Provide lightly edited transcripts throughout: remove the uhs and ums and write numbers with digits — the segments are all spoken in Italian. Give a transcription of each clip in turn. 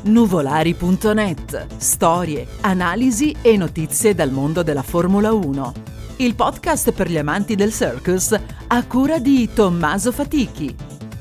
Nuvolari.net. Storie, analisi e notizie dal mondo della Formula 1. Il podcast per gli amanti del circus a cura di Tommaso Fatichi.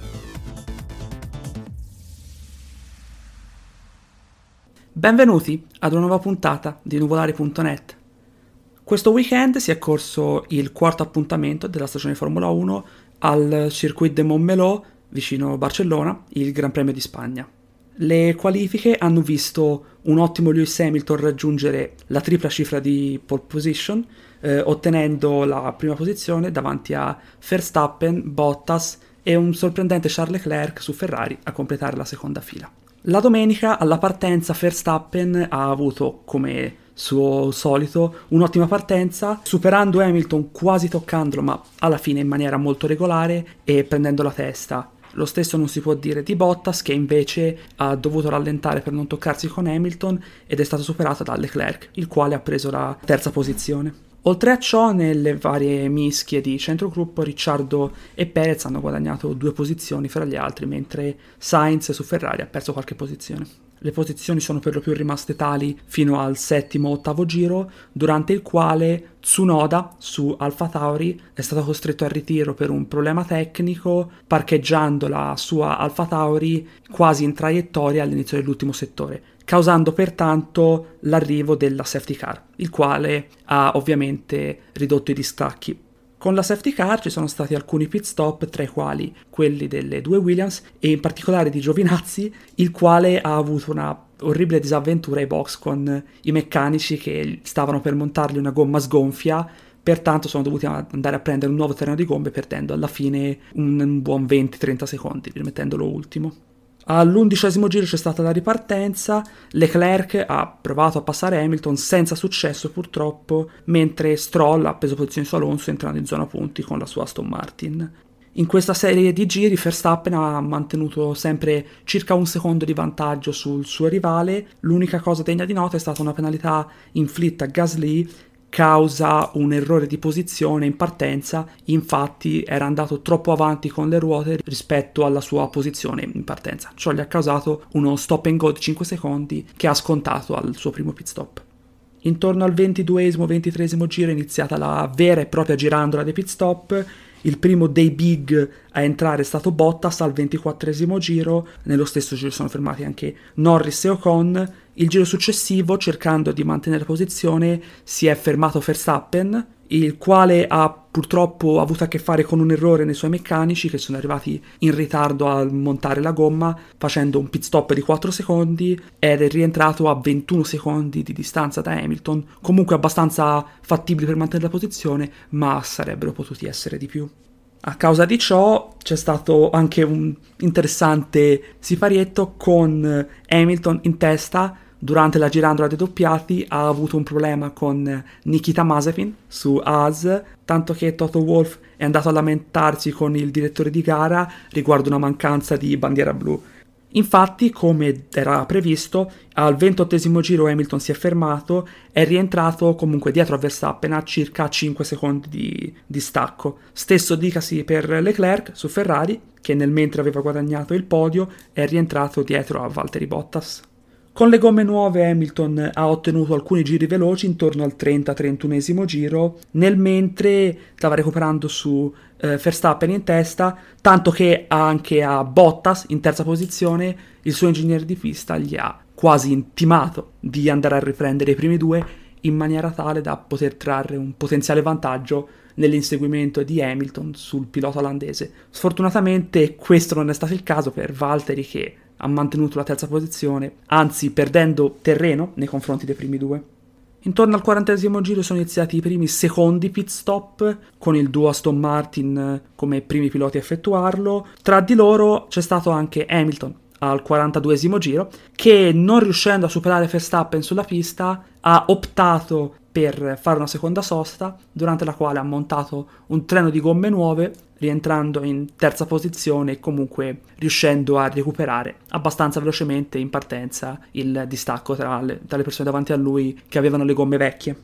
Benvenuti ad una nuova puntata di Nuvolari.net. Questo weekend si è corso il quarto appuntamento della stagione Formula 1 al Circuit de Montmeló, vicino Barcellona, il Gran Premio di Spagna. Le qualifiche hanno visto un ottimo Lewis Hamilton raggiungere la tripla cifra di pole position, ottenendo la prima posizione davanti a Verstappen, Bottas e un sorprendente Charles Leclerc su Ferrari a completare la seconda fila. La domenica alla partenza Verstappen ha avuto, come suo solito, un'ottima partenza, superando Hamilton quasi toccandolo, ma alla fine in maniera molto regolare e prendendo la testa. Lo stesso non si può dire di Bottas, che invece ha dovuto rallentare per non toccarsi con Hamilton ed è stato superato da Leclerc, il quale ha preso la terza posizione. Oltre a ciò, nelle varie mischie di centrogruppo, Ricciardo e Perez hanno guadagnato 2 posizioni fra gli altri, mentre Sainz su Ferrari ha perso qualche posizione. Le posizioni sono per lo più rimaste tali fino al settimo-ottavo giro, durante il quale Tsunoda su AlphaTauri è stato costretto al ritiro per un problema tecnico, parcheggiando la sua AlphaTauri quasi in traiettoria all'inizio dell'ultimo settore, causando pertanto l'arrivo della safety car, il quale ha ovviamente ridotto i distacchi. Con la safety car ci sono stati alcuni pit stop, tra i quali quelli delle due Williams e in particolare di Giovinazzi, il quale ha avuto una orribile disavventura ai box con i meccanici che stavano per montargli una gomma sgonfia, pertanto sono dovuti andare a prendere un nuovo terreno di gomme, perdendo alla fine un buon 20-30 secondi, rimettendolo ultimo. All'11° giro c'è stata la ripartenza, Leclerc ha provato a passare Hamilton senza successo purtroppo, mentre Stroll ha preso posizione su Alonso entrando in zona punti con la sua Aston Martin. In questa serie di giri Verstappen ha mantenuto sempre circa un secondo di vantaggio sul suo rivale. L'unica cosa degna di nota è stata una penalità inflitta a Gasly causa un errore di posizione in partenza, infatti era andato troppo avanti con le ruote rispetto alla sua posizione in partenza. Ciò gli ha causato uno stop and go di 5 secondi che ha scontato al suo primo pit stop. Intorno al 22-23 giro è iniziata la vera e propria girandola dei pit stop. Il primo dei big a entrare è stato Bottas al 24° giro, nello stesso giro sono fermati anche Norris e Ocon. Il giro successivo, cercando di mantenere la posizione, si è fermato Verstappen, il quale ha purtroppo avuto a che fare con un errore nei suoi meccanici che sono arrivati in ritardo a montare la gomma, facendo un pit stop di 4 secondi ed è rientrato a 21 secondi di distanza da Hamilton, comunque abbastanza fattibili per mantenere la posizione, ma sarebbero potuti essere di più. A causa di ciò c'è stato anche un interessante siparietto con Hamilton in testa. Durante la girandola dei doppiati ha avuto un problema con Nikita Mazepin su Haas, tanto che Toto Wolff è andato a lamentarsi con il direttore di gara riguardo una mancanza di bandiera blu. Infatti, come era previsto, al 28° giro Hamilton si è fermato, è rientrato comunque dietro a Verstappen a circa 5 secondi di distacco. Stesso dicasi per Leclerc su Ferrari, che nel mentre aveva guadagnato il podio è rientrato dietro a Valtteri Bottas. Con le gomme nuove Hamilton ha ottenuto alcuni giri veloci intorno al 30-31° giro, nel mentre stava recuperando su Verstappen in testa, tanto che anche a Bottas in terza posizione il suo ingegnere di pista gli ha quasi intimato di andare a riprendere i primi due in maniera tale da poter trarre un potenziale vantaggio nell'inseguimento di Hamilton sul pilota olandese. Sfortunatamente questo non è stato il caso per Valtteri, che ha mantenuto la terza posizione, anzi perdendo terreno nei confronti dei primi due. Intorno al 40° giro sono iniziati i primi secondi pit stop, con il duo Aston Martin come primi piloti a effettuarlo. Tra di loro c'è stato anche Hamilton al 42° giro, che non riuscendo a superare Verstappen sulla pista ha optato per fare una seconda sosta, durante la quale ha montato un treno di gomme nuove, rientrando in terza posizione e comunque riuscendo a recuperare abbastanza velocemente in partenza il distacco tra le persone davanti a lui che avevano le gomme vecchie.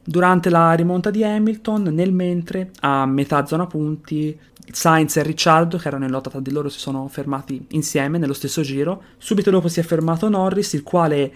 Durante la rimonta di Hamilton, nel mentre, a metà zona punti, Sainz e Ricciardo, che erano in lotta tra di loro, si sono fermati insieme nello stesso giro. Subito dopo si è fermato Norris, il quale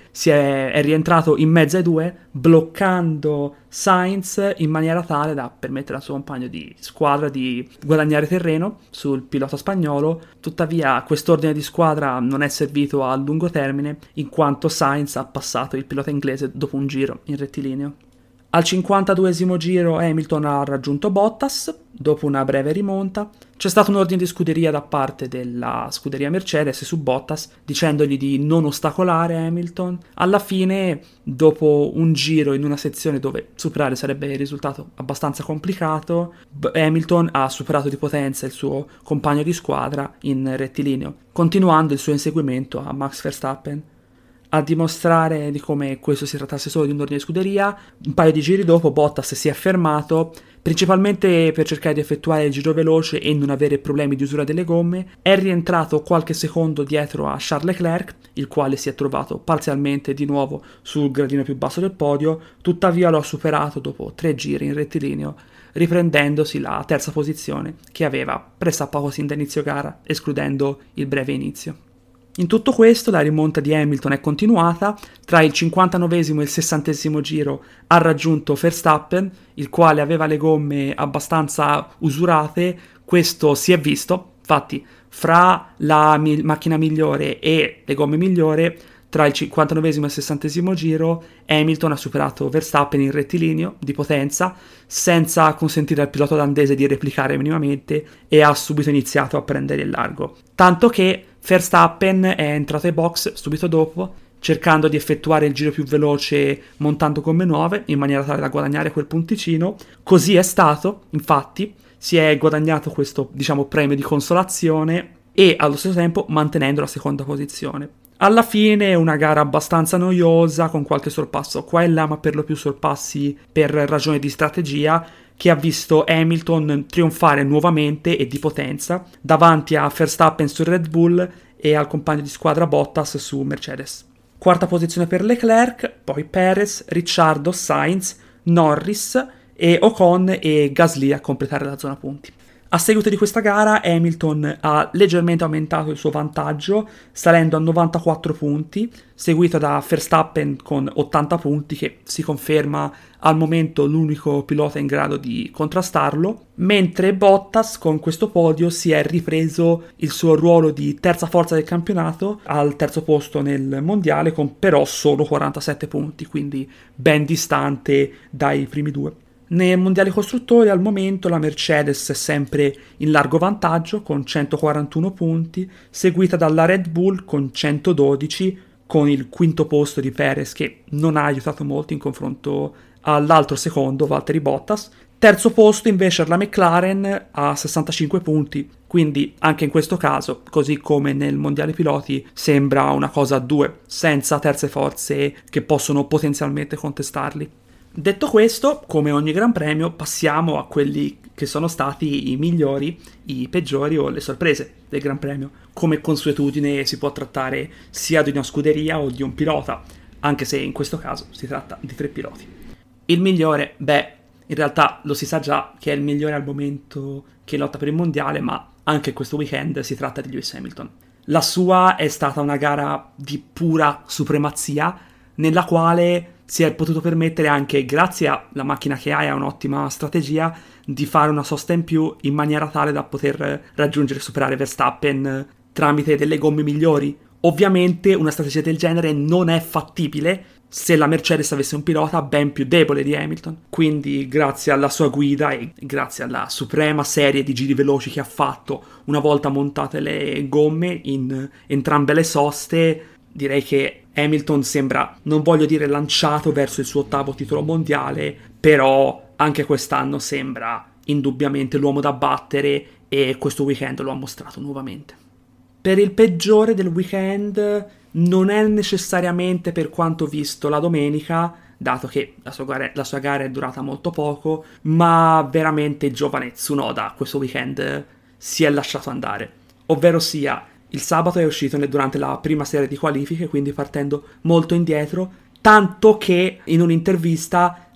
è rientrato in mezzo ai due, bloccando Sainz in maniera tale da permettere al suo compagno di squadra di guadagnare terreno sul pilota spagnolo. Tuttavia quest'ordine di squadra non è servito a lungo termine, in quanto Sainz ha passato il pilota inglese dopo un giro in rettilineo. Al 52esimo giro Hamilton ha raggiunto Bottas, dopo una breve rimonta. C'è stato un ordine di scuderia da parte della scuderia Mercedes su Bottas, dicendogli di non ostacolare Hamilton. Alla fine, dopo un giro in una sezione dove superare sarebbe risultato abbastanza complicato, Hamilton ha superato di potenza il suo compagno di squadra in rettilineo, continuando il suo inseguimento a Max Verstappen. A dimostrare di come questo si trattasse solo di un ordine di scuderia, un paio di giri dopo Bottas si è fermato, principalmente per cercare di effettuare il giro veloce e non avere problemi di usura delle gomme. È rientrato qualche secondo dietro a Charles Leclerc, il quale si è trovato parzialmente di nuovo sul gradino più basso del podio, tuttavia lo ha superato dopo 3 giri in rettilineo, riprendendosi la terza posizione che aveva pressappoco sin da inizio gara, escludendo il breve inizio. In tutto questo la rimonta di Hamilton è continuata. Tra il 59esimo e il 60esimo giro ha raggiunto Verstappen, il quale aveva le gomme abbastanza usurate. Questo si è visto, infatti fra la macchina migliore e le gomme migliori, tra il 59esimo e il 60esimo giro Hamilton ha superato Verstappen in rettilineo di potenza, senza consentire al pilota olandese di replicare minimamente, e ha subito iniziato a prendere il largo. Tanto che Verstappen è entrato ai box subito dopo, cercando di effettuare il giro più veloce montando gomme nuove, in maniera tale da guadagnare quel punticino. Così è stato, infatti, si è guadagnato questo, premio di consolazione e allo stesso tempo mantenendo la seconda posizione. Alla fine una gara abbastanza noiosa, con qualche sorpasso qua e là, ma per lo più sorpassi per ragioni di strategia, che ha visto Hamilton trionfare nuovamente e di potenza davanti a Verstappen su Red Bull e al compagno di squadra Bottas su Mercedes. Quarta posizione per Leclerc, poi Perez, Ricciardo, Sainz, Norris e Ocon e Gasly a completare la zona punti. A seguito di questa gara Hamilton ha leggermente aumentato il suo vantaggio, salendo a 94 punti, seguito da Verstappen con 80 punti, che si conferma al momento l'unico pilota in grado di contrastarlo, mentre Bottas con questo podio si è ripreso il suo ruolo di terza forza del campionato, al terzo posto nel mondiale, con però solo 47 punti, quindi ben distante dai primi due. Nei mondiali costruttori al momento la Mercedes è sempre in largo vantaggio con 141 punti, seguita dalla Red Bull con 112, con il quinto posto di Perez che non ha aiutato molto in confronto all'altro secondo, Valtteri Bottas. Terzo posto invece la McLaren a 65 punti, quindi anche in questo caso, così come nel mondiale piloti, sembra una cosa a due, senza terze forze che possono potenzialmente contestarli. Detto questo, come ogni Gran Premio, passiamo a quelli che sono stati i migliori, i peggiori o le sorprese del Gran Premio. Come consuetudine si può trattare sia di una scuderia o di un pilota, anche se in questo caso si tratta di 3 piloti. Il migliore, in realtà lo si sa già che è il migliore al momento che lotta per il mondiale, ma anche questo weekend si tratta di Lewis Hamilton. La sua è stata una gara di pura supremazia, nella quale si è potuto permettere, anche grazie alla macchina che ha e a un'ottima strategia, di fare una sosta in più in maniera tale da poter raggiungere e superare Verstappen tramite delle gomme migliori. Ovviamente una strategia del genere non è fattibile se la Mercedes avesse un pilota ben più debole di Hamilton. Quindi grazie alla sua guida e grazie alla suprema serie di giri veloci che ha fatto una volta montate le gomme in entrambe le soste, direi che Hamilton sembra, non voglio dire lanciato verso il suo 8º titolo mondiale, però anche quest'anno sembra indubbiamente l'uomo da battere e questo weekend lo ha mostrato nuovamente. Per il peggiore del weekend non è necessariamente per quanto visto la domenica, dato che la sua gara è durata molto poco, ma veramente il giovane Tsunoda questo weekend si è lasciato andare, ovvero sia il sabato è uscito durante la prima serie di qualifiche, quindi partendo molto indietro, tanto che in un'intervista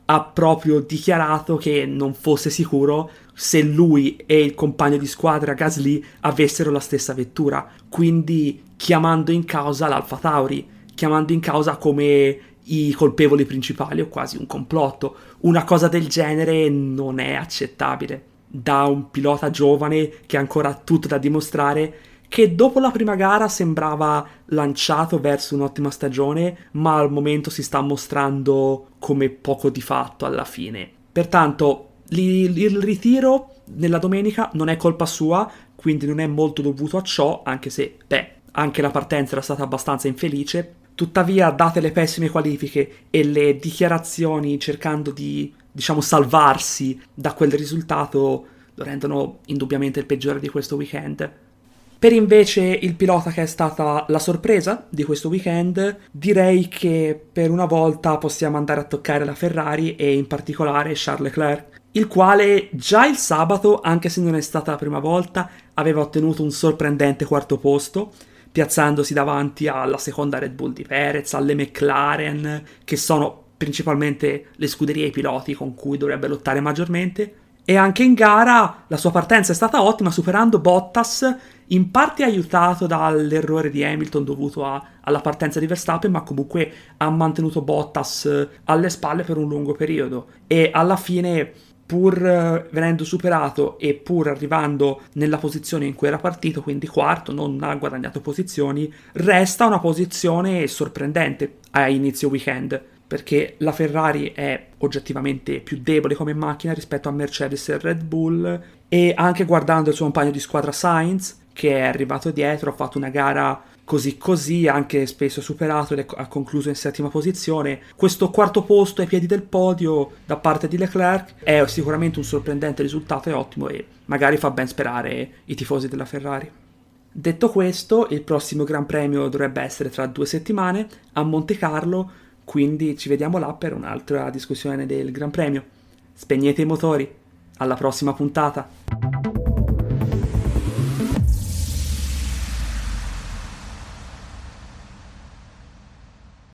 ha proprio dichiarato che non fosse sicuro se lui e il compagno di squadra Gasly avessero la stessa vettura, quindi chiamando in causa l'Alfa Tauri, chiamando in causa come i colpevoli principali o quasi un complotto. Una cosa del genere non è accettabile da un pilota giovane che ha ancora tutto da dimostrare, che dopo la prima gara sembrava lanciato verso un'ottima stagione, ma al momento si sta mostrando come poco di fatto alla fine. Pertanto il ritiro nella domenica non è colpa sua, quindi non è molto dovuto a ciò, anche se, anche la partenza era stata abbastanza infelice. Tuttavia, date le pessime qualifiche e le dichiarazioni cercando di, diciamo, salvarsi da quel risultato, lo rendono indubbiamente il peggiore di questo weekend. Per invece il pilota che è stata la sorpresa di questo weekend, direi che per una volta possiamo andare a toccare la Ferrari e in particolare Charles Leclerc, il quale già il sabato, anche se non è stata la prima volta, aveva ottenuto un sorprendente quarto posto, piazzandosi davanti alla seconda Red Bull di Perez, alle McLaren, che sono principalmente le scuderie e i piloti con cui dovrebbe lottare maggiormente. E anche in gara la sua partenza è stata ottima, superando Bottas, in parte aiutato dall'errore di Hamilton dovuto alla partenza di Verstappen, ma comunque ha mantenuto Bottas alle spalle per un lungo periodo. E alla fine, pur venendo superato e pur arrivando nella posizione in cui era partito, quindi quarto, non ha guadagnato posizioni, resta una posizione sorprendente a inizio weekend, perché la Ferrari è oggettivamente più debole come macchina rispetto a Mercedes e Red Bull, e anche guardando il suo compagno di squadra Sainz, che è arrivato dietro, ha fatto una gara così, anche spesso superato, e ha concluso in settima posizione. Questo quarto posto ai piedi del podio da parte di Leclerc è sicuramente un sorprendente risultato e ottimo, e magari fa ben sperare i tifosi della Ferrari. Detto questo, il prossimo Gran Premio dovrebbe essere tra 2 settimane a Monte Carlo, quindi ci vediamo là per un'altra discussione del Gran Premio. Spegnete i motori, alla prossima puntata!